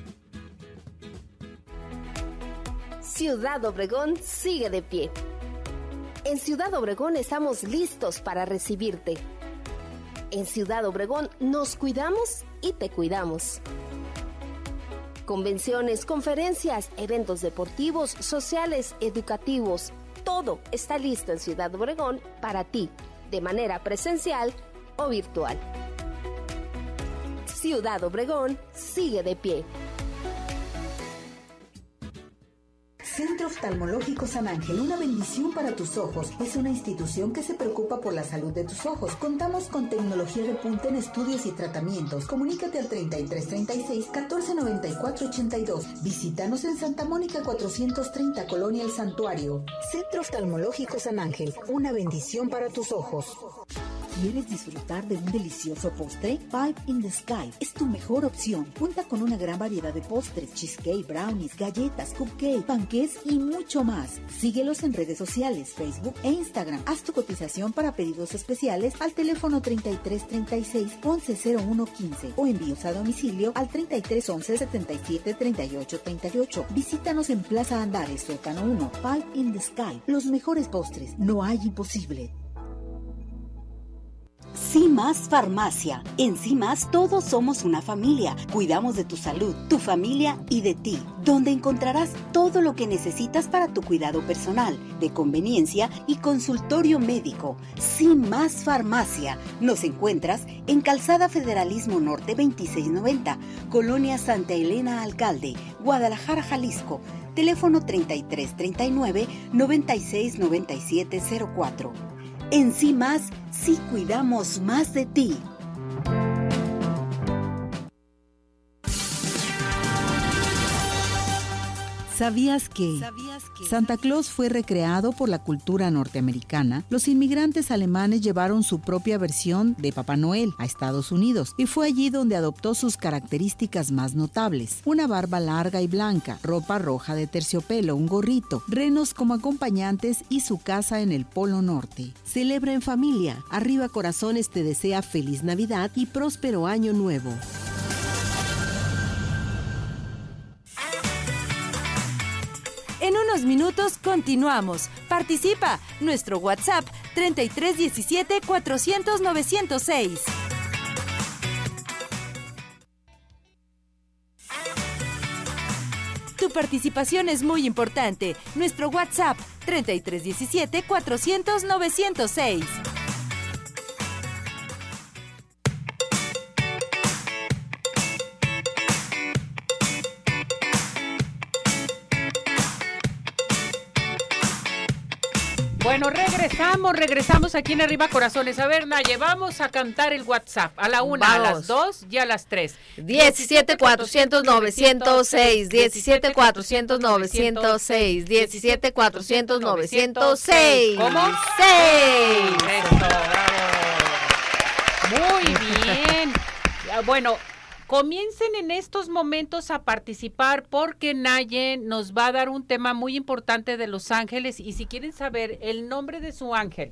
H: Ciudad Obregón sigue de pie. En Ciudad Obregón estamos listos para recibirte. En Ciudad Obregón nos cuidamos y te cuidamos. Convenciones, conferencias, eventos deportivos, sociales, educativos. Todo está listo en Ciudad Obregón para ti, de manera presencial o virtual. Ciudad Obregón sigue de pie.
I: Centro Oftalmológico San Ángel, una bendición para tus ojos. Es una institución que se preocupa por la salud de tus ojos. Contamos con tecnología de punta en estudios y tratamientos. Comunícate al treinta y tres treinta y seis, catorce noventa y cuatro ochenta y dos. Visítanos en Santa Mónica cuatrocientos treinta, Colonia El Santuario. Centro Oftalmológico San Ángel, una bendición para tus ojos. ¿Quieres disfrutar de un delicioso postre? Five in the Sky es tu mejor opción. Cuenta con una gran variedad de postres, cheesecake, brownies, galletas, cupcake, panqués y mucho más. Síguelos en redes sociales, Facebook e Instagram. Haz tu cotización para pedidos especiales al teléfono treinta y tres treinta y seis, once cero uno quince o envíos a domicilio al treinta y tres once, setenta y siete, treinta y ocho treinta y ocho. Visítanos en Plaza Andares, Sótano uno. Five in the Sky. Los mejores postres. No hay imposible.
F: CIMAS Farmacia. En CIMAS todos somos una familia. Cuidamos de tu salud, tu familia y de ti, donde encontrarás todo lo que necesitas para tu cuidado personal, de conveniencia y consultorio médico. CIMAS Farmacia. Nos encuentras en Calzada Federalismo Norte veintiséis noventa, Colonia Santa Elena Alcalde, Guadalajara, Jalisco. Teléfono treinta y tres treinta y nueve, noventa y seis noventa y siete cero cuatro. En CIMAS, sí cuidamos más de ti.
A: ¿Sabías que Santa Claus fue recreado por la cultura norteamericana? Los inmigrantes alemanes llevaron su propia versión de Papá Noel a Estados Unidos y fue allí donde adoptó sus características más notables: una barba larga y blanca, ropa roja de terciopelo, un gorrito, renos como acompañantes y su casa en el Polo Norte.
J: Celebra en familia. Arriba Corazones te desea feliz Navidad y próspero año nuevo.
K: En unos unos minutos continuamos. Participa. Nuestro WhatsApp treinta y tres diecisiete cuatrocientos novecientos seis. Tu participación es muy importante. Nuestro WhatsApp treinta y tres diecisiete cuatrocientos novecientos seis.
B: Bueno, regresamos, regresamos aquí en Arriba Corazones. A ver, Naye, vamos a cantar el WhatsApp a la una, vamos. A las dos y a las tres.
L: diecisiete cuatrocientos novecientos seis, diecisiete cuatrocientos novecientos seis, diecisiete cuatrocientos novecientos seis.
B: ¿Cómo?
L: seis.
B: Eso, bravo. Muy bien. Bueno, comiencen en estos momentos a participar porque Naye nos va a dar un tema muy importante de los ángeles y si quieren saber el nombre de su ángel,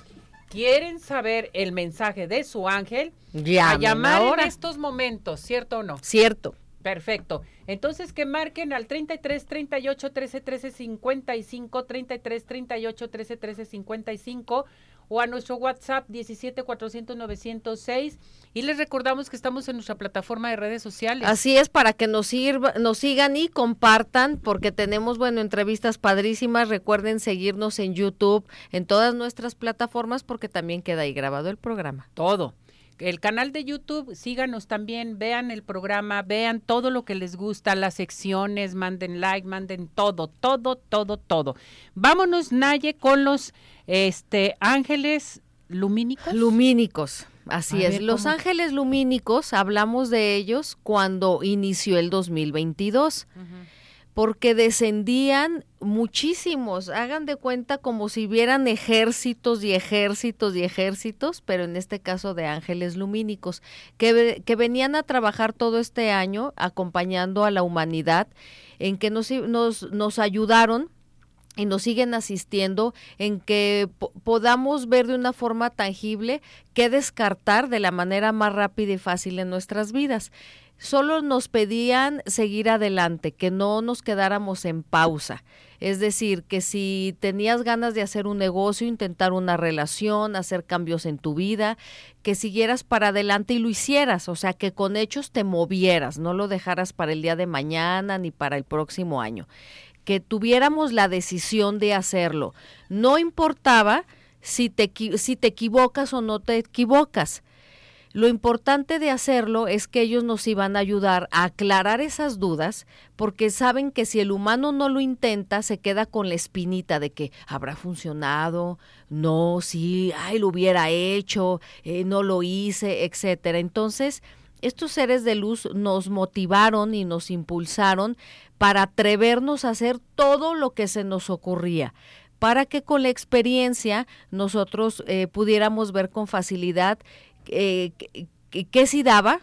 B: quieren saber el mensaje de su ángel,
L: Llamen
B: a llamar
L: ahora.
B: En estos momentos, ¿cierto o no?
L: Cierto.
B: Perfecto. Entonces que marquen al treinta y tres, treinta y ocho, trece, trece, cincuenta y cinco, treinta y tres, treinta y ocho, trece, trece, cincuenta y cinco o a nuestro WhatsApp diecisiete cuatrocientos novecientos seis y les recordamos que estamos en nuestra plataforma de redes sociales.
L: Así es, para que nos sirva, nos sigan y compartan, porque tenemos, bueno, entrevistas padrísimas. Recuerden seguirnos en YouTube, en todas nuestras plataformas, porque también queda ahí grabado el programa.
B: Todo. El canal de YouTube, síganos también, vean el programa, vean todo lo que les gusta, las secciones, manden like, manden todo, todo, todo, todo. Vámonos, Naye, con los este ángeles lumínicos.
L: Lumínicos, así
B: A
L: es.
B: ver,
L: Los
B: ¿cómo?
L: ángeles lumínicos, hablamos de ellos cuando inició el dos mil veintidós. Uh-huh. Porque descendían muchísimos, hagan de cuenta como si vieran ejércitos y ejércitos y ejércitos, pero en este caso de ángeles lumínicos, que, que venían a trabajar todo este año acompañando a la humanidad, en que nos, nos, nos ayudaron y nos siguen asistiendo en que po- podamos ver de una forma tangible qué descartar de la manera más rápida y fácil en nuestras vidas. Solo nos pedían seguir adelante, que no nos quedáramos en pausa. Es decir, que si tenías ganas de hacer un negocio, intentar una relación, hacer cambios en tu vida, que siguieras para adelante y lo hicieras, o sea, que con hechos te movieras, no lo dejaras para el día de mañana ni para el próximo año. Que tuviéramos la decisión de hacerlo. No importaba si te, si te equivocas o no te equivocas. Lo importante de hacerlo es que ellos nos iban a ayudar a aclarar esas dudas, porque saben que si el humano no lo intenta, se queda con la espinita de que habrá funcionado, no, sí, ay, lo hubiera hecho, eh, no lo hice, etcétera. Entonces, estos seres de luz nos motivaron y nos impulsaron para atrevernos a hacer todo lo que se nos ocurría, para que con la experiencia nosotros eh, pudiéramos ver con facilidad Eh, que, que sí daba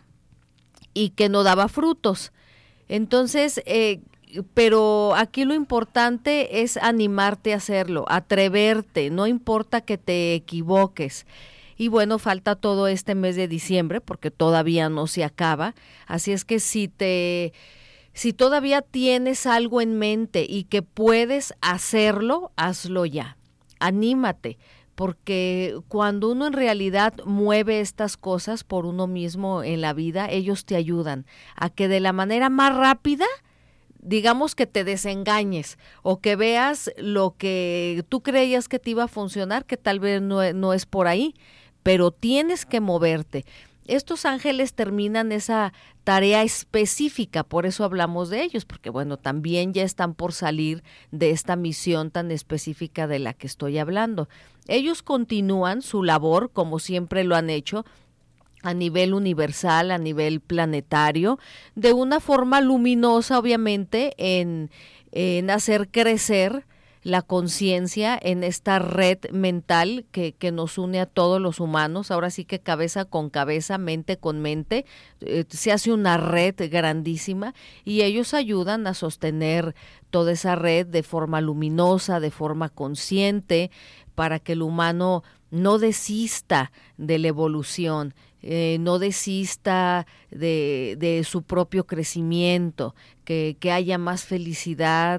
L: y que no daba frutos. Entonces, eh, pero aquí lo importante es animarte a hacerlo, atreverte, no importa que te equivoques. Y bueno, falta todo este mes de diciembre porque todavía no se acaba, así es que si te si todavía tienes algo en mente y que puedes hacerlo, hazlo ya. Anímate. Porque cuando uno en realidad mueve estas cosas por uno mismo en la vida, ellos te ayudan a que de la manera más rápida, digamos que te desengañes o que veas lo que tú creías que te iba a funcionar, que tal vez no, no es por ahí, pero tienes que moverte. Estos ángeles terminan esa tarea específica, por eso hablamos de ellos, porque bueno, también ya están por salir de esta misión tan específica de la que estoy hablando. Ellos continúan su labor, como siempre lo han hecho, a nivel universal, a nivel planetario, de una forma luminosa, obviamente, en, en hacer crecer la conciencia en esta red mental que, que nos une a todos los humanos. Ahora sí que cabeza con cabeza, mente con mente, eh, se hace una red grandísima y ellos ayudan a sostener toda esa red de forma luminosa, de forma consciente, para que el humano no desista de la evolución, eh, no desista de, de su propio crecimiento, que, que haya más felicidad,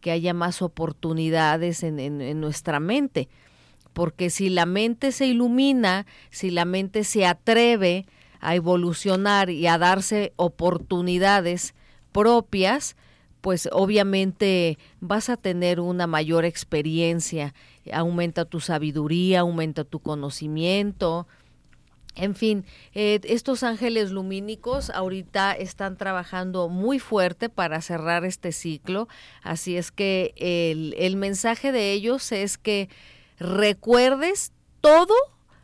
L: que haya más oportunidades en, en, en nuestra mente. Porque si la mente se ilumina, si la mente se atreve a evolucionar y a darse oportunidades propias, pues obviamente vas a tener una mayor experiencia, aumenta tu sabiduría, aumenta tu conocimiento. En fin, eh, estos ángeles lumínicos ahorita están trabajando muy fuerte para cerrar este ciclo, así es que el, el mensaje de ellos es que recuerdes todo,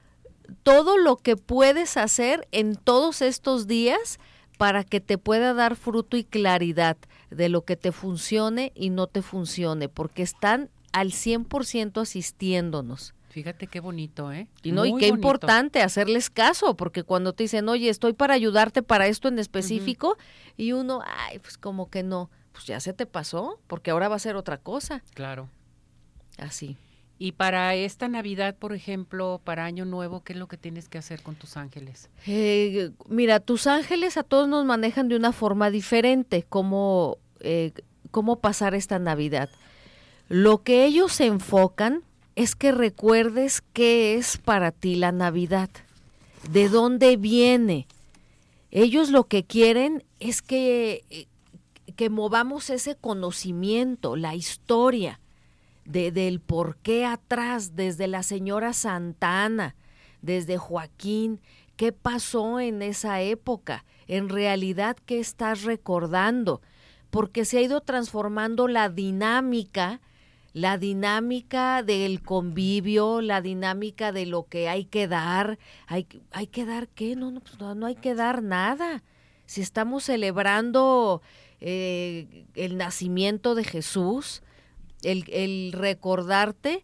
L: todo lo que puedes hacer en todos estos días para que te pueda dar fruto y claridad de lo que te funcione y no te funcione, porque están al cien por ciento asistiéndonos.
B: Fíjate qué bonito, ¿eh?
L: Y no,
B: Muy
L: y qué
B: bonito.
L: importante hacerles caso, porque cuando te dicen, oye, estoy para ayudarte para esto en específico, uh-huh. y uno, ay, pues como que no, pues ya se te pasó, porque ahora va a ser otra cosa.
B: Claro.
L: Así.
B: Y para esta Navidad, por ejemplo, para Año Nuevo, ¿qué es lo que tienes que hacer con tus ángeles?
L: Eh, mira, tus ángeles a todos nos manejan de una forma diferente, cómo, eh, cómo pasar esta Navidad. Lo que ellos se enfocan es que recuerdes qué es para ti la Navidad, de dónde viene. Ellos lo que quieren es que, que movamos ese conocimiento, la historia de, del por qué atrás, desde la señora Santa Ana, desde Joaquín, qué pasó en esa época, en realidad qué estás recordando, porque se ha ido transformando la dinámica la dinámica del convivio, la dinámica de lo que hay que dar. ¿Hay, hay que dar qué? No, no, pues no, no hay que dar nada. Si estamos celebrando eh, el nacimiento de Jesús, el, el recordarte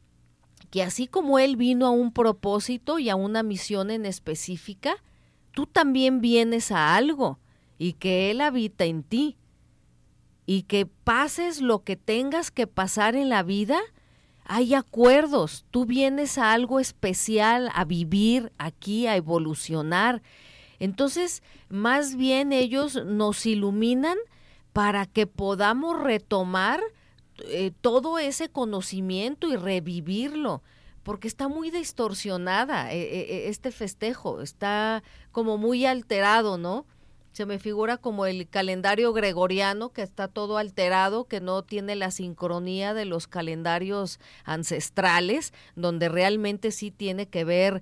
L: que así como Él vino a un propósito y a una misión en específica, tú también vienes a algo y que Él habita en ti. Y que pases lo que tengas que pasar en la vida, hay acuerdos. Tú vienes a algo especial, a vivir aquí, a evolucionar. Entonces, más bien ellos nos iluminan para que podamos retomar eh, todo ese conocimiento y revivirlo, porque está muy distorsionada eh, eh, este festejo, está como muy alterado, ¿no? Se me figura como el calendario gregoriano, que está todo alterado, que no tiene la sincronía de los calendarios ancestrales, donde realmente sí tiene que ver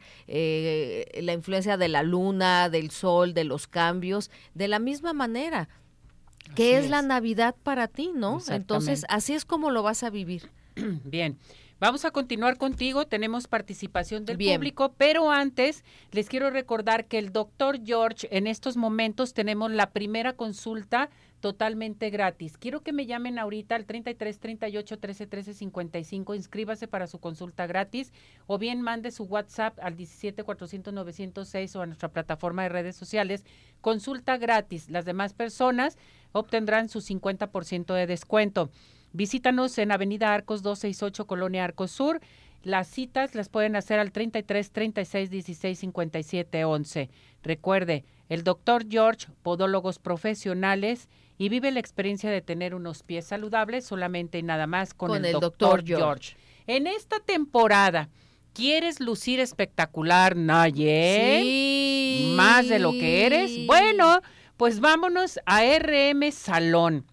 L: eh, la influencia de la luna, del sol, de los cambios, de la misma manera. ¿Qué es, es la Navidad para ti, no? Entonces, así es como lo vas a vivir.
B: Bien. Vamos a continuar contigo, tenemos participación del Bien. público, pero antes les quiero recordar que el doctor George, en estos momentos tenemos la primera consulta totalmente gratis. Quiero que me llamen ahorita al treinta y tres, treinta y ocho, trece, trece, cincuenta y cinco, inscríbase para su consulta gratis, o bien mande su WhatsApp al diecisiete, cuatrocientos, novecientos seis o a nuestra plataforma de redes sociales, consulta gratis. Las demás personas obtendrán su cincuenta por ciento de descuento. Visítanos en Avenida Arcos doscientos sesenta y ocho, Colonia Arcos Sur. Las citas las pueden hacer al treinta y tres, treinta y seis, dieciséis, cincuenta y siete, once. Recuerde, el doctor George, podólogos profesionales, y vive la experiencia de tener unos pies saludables solamente y nada más con, con el, el doctor George. George. En esta temporada, ¿quieres lucir espectacular, Naye?
L: Sí.
B: ¿Más de lo que eres? Bueno, pues vámonos a R M Salón.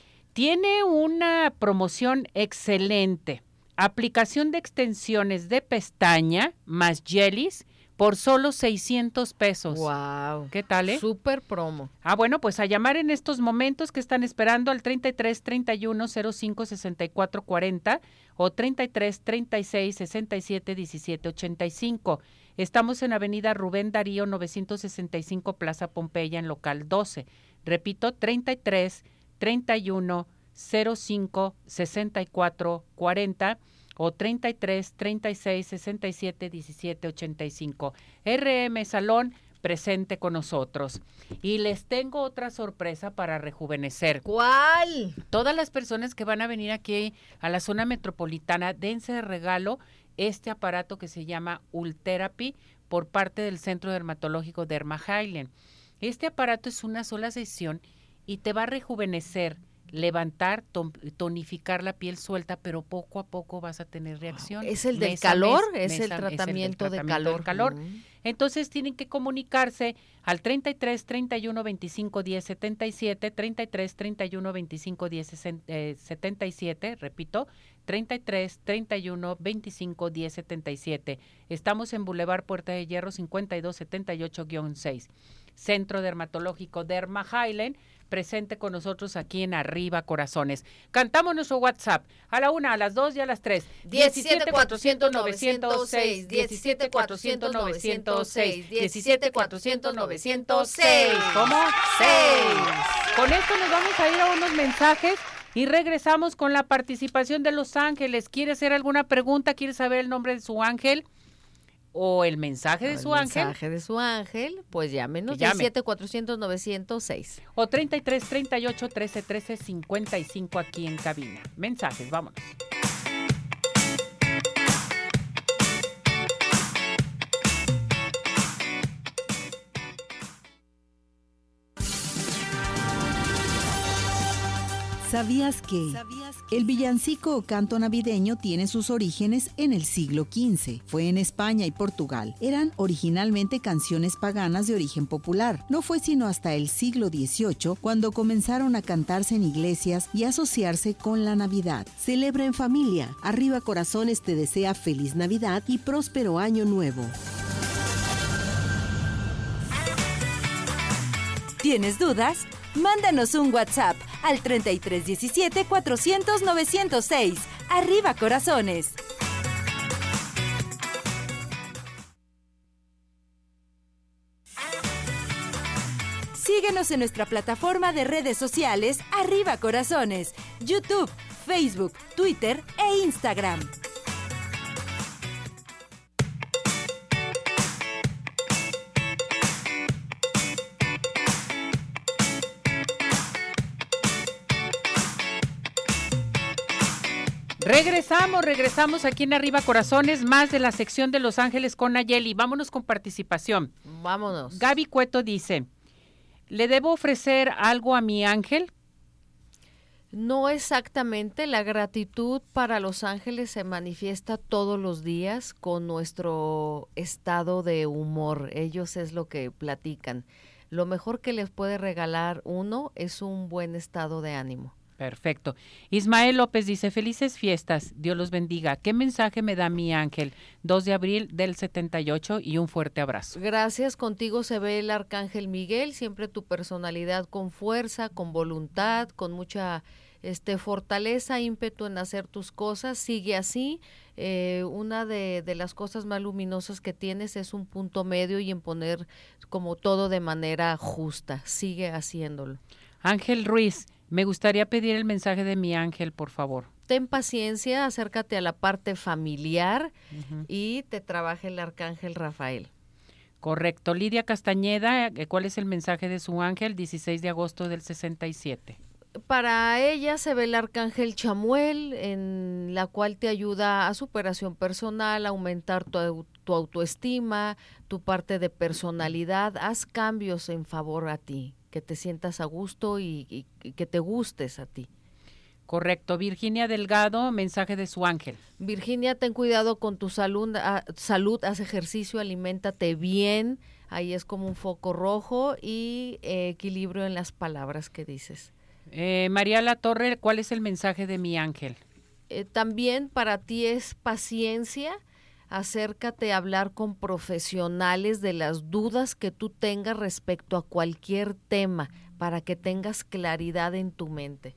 B: Tiene una promoción excelente. Aplicación de extensiones de pestaña más jellies por solo seiscientos pesos.
L: Wow.
B: ¿Qué tal, eh?
L: Súper promo.
B: Ah, bueno, pues a llamar en estos momentos que están esperando al treinta y tres, treinta y uno, cero cinco, sesenta y cuatro, cuarenta o treinta y tres, treinta y seis, sesenta y siete, diecisiete, ochenta y cinco. Estamos en Avenida Rubén Darío novecientos sesenta y cinco, Plaza Pompeya, en local doce. Repito, treinta y tres, treinta y uno, cero cinco, sesenta y cuatro, cuarenta o treinta y tres, treinta y seis, sesenta y siete, diecisiete, ochenta y cinco. R M Salón presente con nosotros. Y les tengo otra sorpresa para rejuvenecer.
L: ¿Cuál?
B: Todas las personas que van a venir aquí a la zona metropolitana, dense de regalo este aparato que se llama Ultherapy por parte del Centro Dermatológico Derma Highland. Este aparato es una sola sesión y te va a rejuvenecer levantar, tonificar la piel suelta, pero poco a poco vas a tener reacción.
L: ¿Es el del
B: mes
L: calor?
B: Mes,
L: ¿Es,
B: mes
L: el
B: a,
L: tratamiento
B: es el del
L: de calor?
B: Del calor.
L: Mm.
B: Entonces tienen que comunicarse al treinta y tres, treinta y uno, veinticinco, diez, setenta y siete, treinta y tres, treinta y uno, veinticinco, diez, setenta y siete, repito, treinta y tres, treinta y uno, veinticinco, diez, setenta y siete. Estamos en Boulevard Puerta de Hierro cincuenta y dos setenta y ocho guión seis. Centro Dermatológico Derma Highland, presente con nosotros aquí en Arriba Corazones. Cantamos nuestro WhatsApp a la una, a las dos y a las tres.
L: diecisiete, cuatrocientos, novecientos seis. diecisiete, cuatrocientos, novecientos seis. diecisiete, cuatrocientos, novecientos seis.
B: ¿Cómo? seis. Con esto nos vamos a ir a unos mensajes y regresamos con la participación de Los Ángeles. ¿Quiere hacer alguna pregunta? ¿Quiere saber el nombre de su ángel? ¿O el mensaje de
L: el
B: su ángel?
L: El mensaje de su ángel, pues llámenos,
B: llame.
L: diecisiete, cuatrocientos, novecientos seis.
B: O treinta y tres, treinta y ocho, trece, trece, cincuenta y cinco aquí en cabina. Mensajes, vámonos.
A: ¿Sabías que el villancico o canto navideño tiene sus orígenes en el siglo quince? Fue en España y Portugal. Eran originalmente canciones paganas de origen popular. No fue sino hasta el siglo dieciocho cuando comenzaron a cantarse en iglesias y asociarse con la Navidad. Celebra en familia. Arriba Corazones te desea feliz Navidad y próspero año nuevo.
K: ¿Tienes dudas? Mándanos un WhatsApp al treinta y tres diecisiete, cuatrocientos, novecientos seis. Arriba Corazones. Síguenos en nuestra plataforma de redes sociales Arriba Corazones, YouTube, Facebook, Twitter e Instagram.
B: Regresamos, regresamos aquí en Arriba Corazones, más de la sección de Los Ángeles con Nayeli. Vámonos con participación.
L: Vámonos.
B: Gaby Cueto dice, ¿le debo ofrecer algo a mi ángel?
L: No exactamente, la gratitud para los ángeles se manifiesta todos los días con nuestro estado de humor. Ellos es lo que platican. Lo mejor que les puede regalar uno es un buen estado de ánimo.
B: Perfecto. Ismael López dice, felices fiestas, Dios los bendiga. ¿Qué mensaje me da mi ángel? dos de abril del setenta y ocho y un fuerte abrazo.
L: Gracias, contigo se ve el arcángel Miguel, siempre tu personalidad con fuerza, con voluntad, con mucha este fortaleza, ímpetu en hacer tus cosas, sigue así. Eh, una de, de las cosas más luminosas que tienes es un punto medio y en poner como todo de manera justa, sigue haciéndolo.
B: Ángel Ruiz, me gustaría pedir el mensaje de mi ángel, por favor.
L: Ten paciencia, acércate a la parte familiar
B: uh-huh.
L: y te trabaja el arcángel Rafael.
B: Correcto. Lidia Castañeda, ¿cuál es el mensaje de su ángel? dieciséis de agosto del sesenta y siete.
L: Para ella se ve el arcángel Chamuel, en la cual te ayuda a superación personal, a aumentar tu, tu autoestima, tu parte de personalidad. Haz cambios en favor a ti, que te sientas a gusto y, y, y que te gustes a ti.
B: Correcto. Virginia Delgado, mensaje de su ángel.
L: Virginia, ten cuidado con tu salud, a, salud, haz ejercicio, aliméntate bien, ahí es como un foco rojo y eh, equilibrio en las palabras que dices.
B: Eh, María La Torre, ¿cuál es el mensaje de mi ángel?
L: Eh, también para ti es paciencia. Acércate a hablar con profesionales de las dudas que tú tengas respecto a cualquier tema para que tengas claridad en tu mente.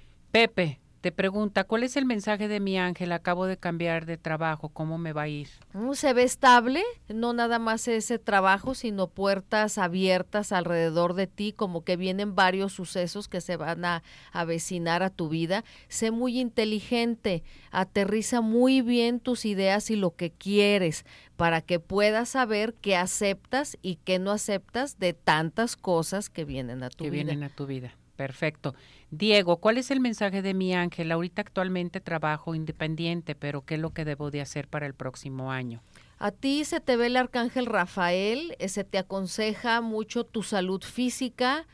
B: Pepe te pregunta, ¿cuál es el mensaje de mi ángel? Acabo de cambiar de trabajo, ¿cómo me va a ir?
L: Se ve estable, no nada más ese trabajo, sino puertas abiertas alrededor de ti, como que vienen varios sucesos que se van a avecinar a tu vida. Sé muy inteligente, aterriza muy bien tus ideas y lo que quieres, para que puedas saber qué aceptas y qué no aceptas de tantas cosas que vienen a tu
B: que
L: vida.
B: Que vienen a tu vida. Perfecto. Diego, ¿cuál es el mensaje de mi ángel? Ahorita actualmente trabajo independiente, pero ¿qué es lo que debo de hacer para el próximo año?
L: A ti se te ve el arcángel Rafael, eh, se te aconseja mucho tu salud física,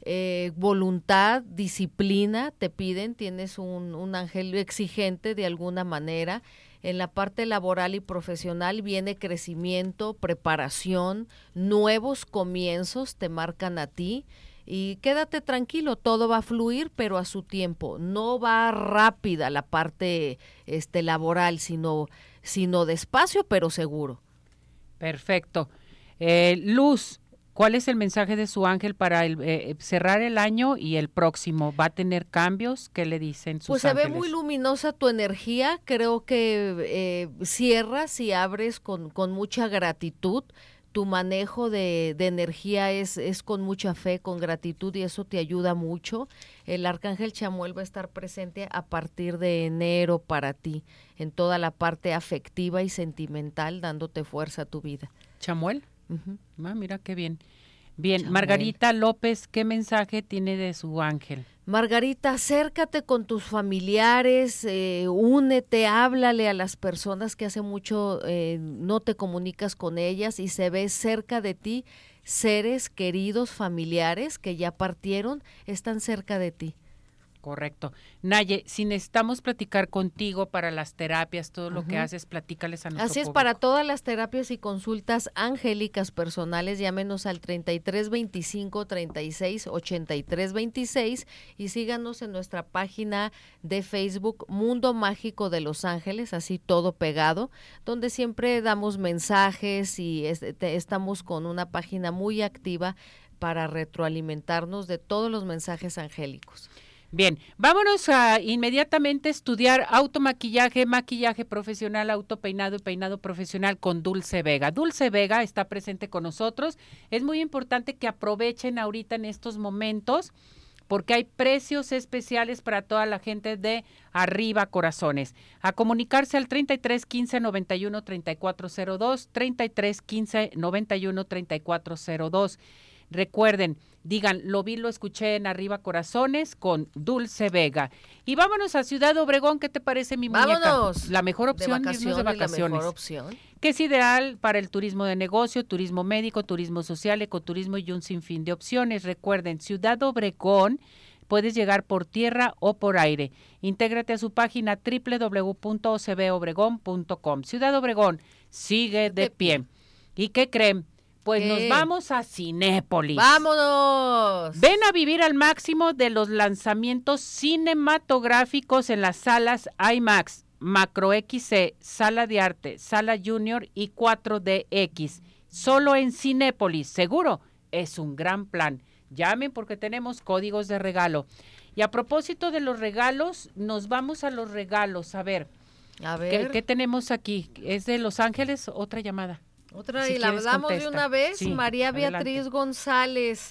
L: eh, voluntad, disciplina, te piden, tienes un, un ángel exigente de alguna manera. En la parte laboral y profesional viene crecimiento, preparación, nuevos comienzos te marcan a ti. Y quédate tranquilo, todo va a fluir, pero a su tiempo. No va rápida la parte este, laboral, sino, sino despacio, pero seguro.
B: Perfecto. Eh, Luz, ¿cuál es el mensaje de su ángel para el, eh, cerrar el año y el próximo? ¿Va a tener cambios? ¿Qué le dicen sus
L: Pues se
B: ángeles?
L: ve muy luminosa tu energía. Creo que eh, cierras y abres con, con mucha gratitud. Tu manejo de, de energía es, es con mucha fe, con gratitud, y eso te ayuda mucho. El arcángel Chamuel va a estar presente a partir de enero para ti, en toda la parte afectiva y sentimental, dándote fuerza a tu vida.
B: ¿Chamuel?
L: Uh-huh.
B: Ah, mira qué bien. Bien,
L: Chamuel.
B: Margarita López, ¿qué mensaje tiene de su ángel?
L: Margarita, acércate con tus familiares, eh, únete, háblale a las personas que hace mucho eh, no te comunicas con ellas y se ve cerca de ti seres queridos, familiares que ya partieron, están cerca de ti.
B: Correcto. Naye, si necesitamos platicar contigo para las terapias, todo lo
L: Ajá.
B: que haces, platícales a nuestro
L: Así es,
B: público.
L: para todas las terapias y consultas angélicas personales, llámenos al treinta y tres veinticinco treinta y seis ochenta y tres veintiséis y síganos en nuestra página de Facebook Mundo Mágico de Los Ángeles, así todo pegado, donde siempre damos mensajes y es, te, estamos con una página muy activa para retroalimentarnos de todos los mensajes angélicos.
B: Bien, vámonos a inmediatamente estudiar automaquillaje, maquillaje profesional, autopeinado y peinado profesional con Dulce Vega. Dulce Vega está presente con nosotros. Es muy importante que aprovechen ahorita en estos momentos porque hay precios especiales para toda la gente de Arriba Corazones. A comunicarse al treinta y tres quince noventa y uno treinta y cuatro cero dos, treinta y tres quince noventa y uno treinta y cuatro cero dos. Recuerden, digan, lo vi, lo escuché en Arriba Corazones con Dulce Vega. Y vámonos a Ciudad Obregón, ¿qué te parece, mi muñeca?
L: Vámonos.
B: La mejor opción,
L: de
B: irnos de vacaciones.
L: La mejor opción.
B: Que es ideal para el turismo de negocio, turismo médico, turismo social, ecoturismo y un sinfín de opciones. Recuerden, Ciudad Obregón, puedes llegar por tierra o por aire. Intégrate a su página doble u doble u doble u punto o c b obregón punto com. Ciudad Obregón sigue de pie. ¿Y qué creen? Pues
L: ¿Qué?
B: Nos vamos a Cinépolis.
L: ¡Vámonos!
B: Ven a vivir al máximo de los lanzamientos cinematográficos en las salas IMAX, Macro X C, Sala de Arte, Sala Junior y cuatro D X. Solo en Cinépolis. Seguro, es un gran plan. Llamen porque tenemos códigos de regalo. Y a propósito de los regalos, nos vamos a los regalos. A ver,
L: a ver.
B: ¿qué, qué tenemos aquí? ¿Es de Los Ángeles? Otra llamada.
L: Otra,
B: si
L: y la damos de una vez,
B: sí,
L: María Beatriz
B: adelante.
L: González.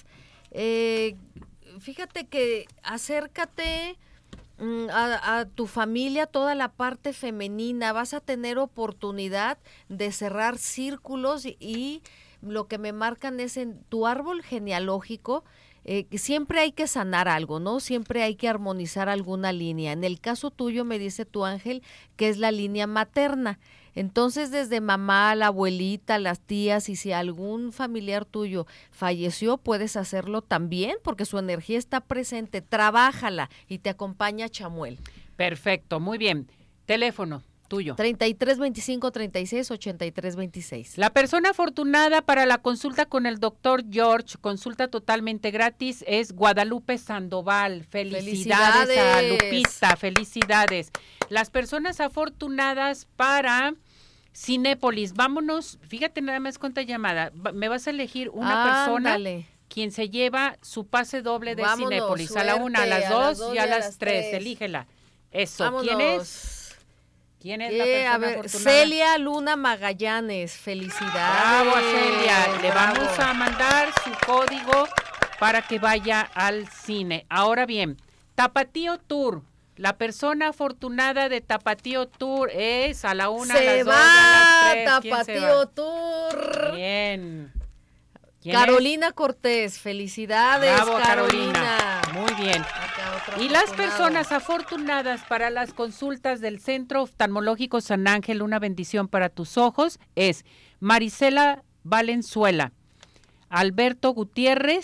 L: Eh, fíjate que acércate mm, a, a tu familia, toda la parte femenina. Vas a tener oportunidad de cerrar círculos y, y lo que me marcan es en tu árbol genealógico. Eh, siempre hay que sanar algo, ¿no? Siempre hay que armonizar alguna línea. En el caso tuyo me dice tu ángel que es la línea materna. Entonces, desde mamá, la abuelita, las tías, y si algún familiar tuyo falleció, puedes hacerlo también, porque su energía está presente. Trabájala y te acompaña Chamuel.
B: Perfecto, muy bien. Teléfono tuyo.
L: treinta y tres veinticinco treinta y seis ochenta y tres veintiséis.
B: La persona afortunada para la consulta con el doctor George, consulta totalmente gratis, es Guadalupe Sandoval. Felicidades,
L: Felicidades
B: a Lupita, felicidades. Las personas afortunadas para Cinépolis, vámonos, fíjate nada más cuánta llamada, me vas a elegir una
L: Ándale.
B: persona quien se lleva su pase doble de
L: Vámonos,
B: Cinépolis,
L: suerte,
B: a la una, a las dos,
L: a las dos
B: y a las tres, elígela. Eso,
L: Vámonos.
B: ¿quién es? ¿Quién es la
L: Eh,
B: persona
L: a ver,
B: afortunada?
L: Celia Luna Magallanes, felicidades.
B: Bravo a Celia, le
L: Bravo.
B: vamos a mandar su código para que vaya al cine. Ahora bien, Tapatío Tour, la persona afortunada de Tapatío Tour es a la una,
L: se
B: a las dos,
L: va,
B: a las tres. ¿Quién se
L: Tapatío
B: va?
L: Tour.
B: Bien. ¿Quién
L: Carolina Cortés, felicidades,
B: Bravo,
L: Carolina.
B: Carolina. Muy bien.
L: Acá otro
B: Y las
L: afortunado.
B: personas afortunadas para las consultas del Centro Oftalmológico San Ángel, una bendición para tus ojos, es Marisela Valenzuela, Alberto Gutiérrez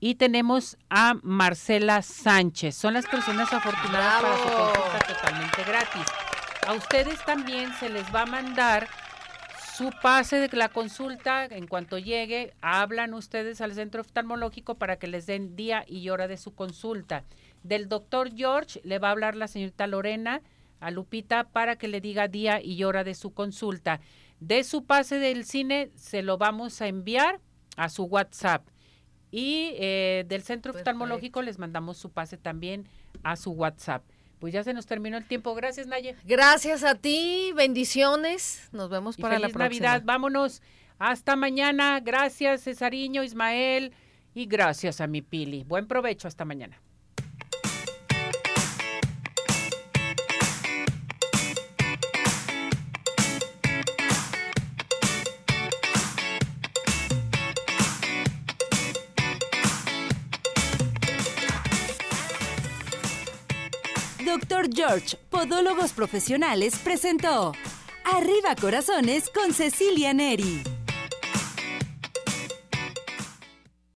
B: Y tenemos a Marcela Sánchez. Son las personas afortunadas para su consulta totalmente gratis. A ustedes también se les va a mandar su pase de la consulta. En cuanto llegue, hablan ustedes al centro oftalmológico para que les den día y hora de su consulta. Del doctor George le va a hablar la señorita Lorena a Lupita para que le diga día y hora de su consulta. De su pase del cine se lo vamos a enviar a su WhatsApp. Y eh, del centro Perfecto. oftalmológico les mandamos su pase también a su WhatsApp. Pues ya se nos terminó el tiempo. Gracias, Naye.
L: Gracias a ti, bendiciones. Nos vemos para la próxima.
B: Feliz Navidad, vámonos. Hasta mañana. Gracias, Cesariño, Ismael, y gracias a mi Pili. Buen provecho, hasta mañana.
K: doctor George, Podólogos Profesionales, presentó Arriba Corazones con Cecilia Neri.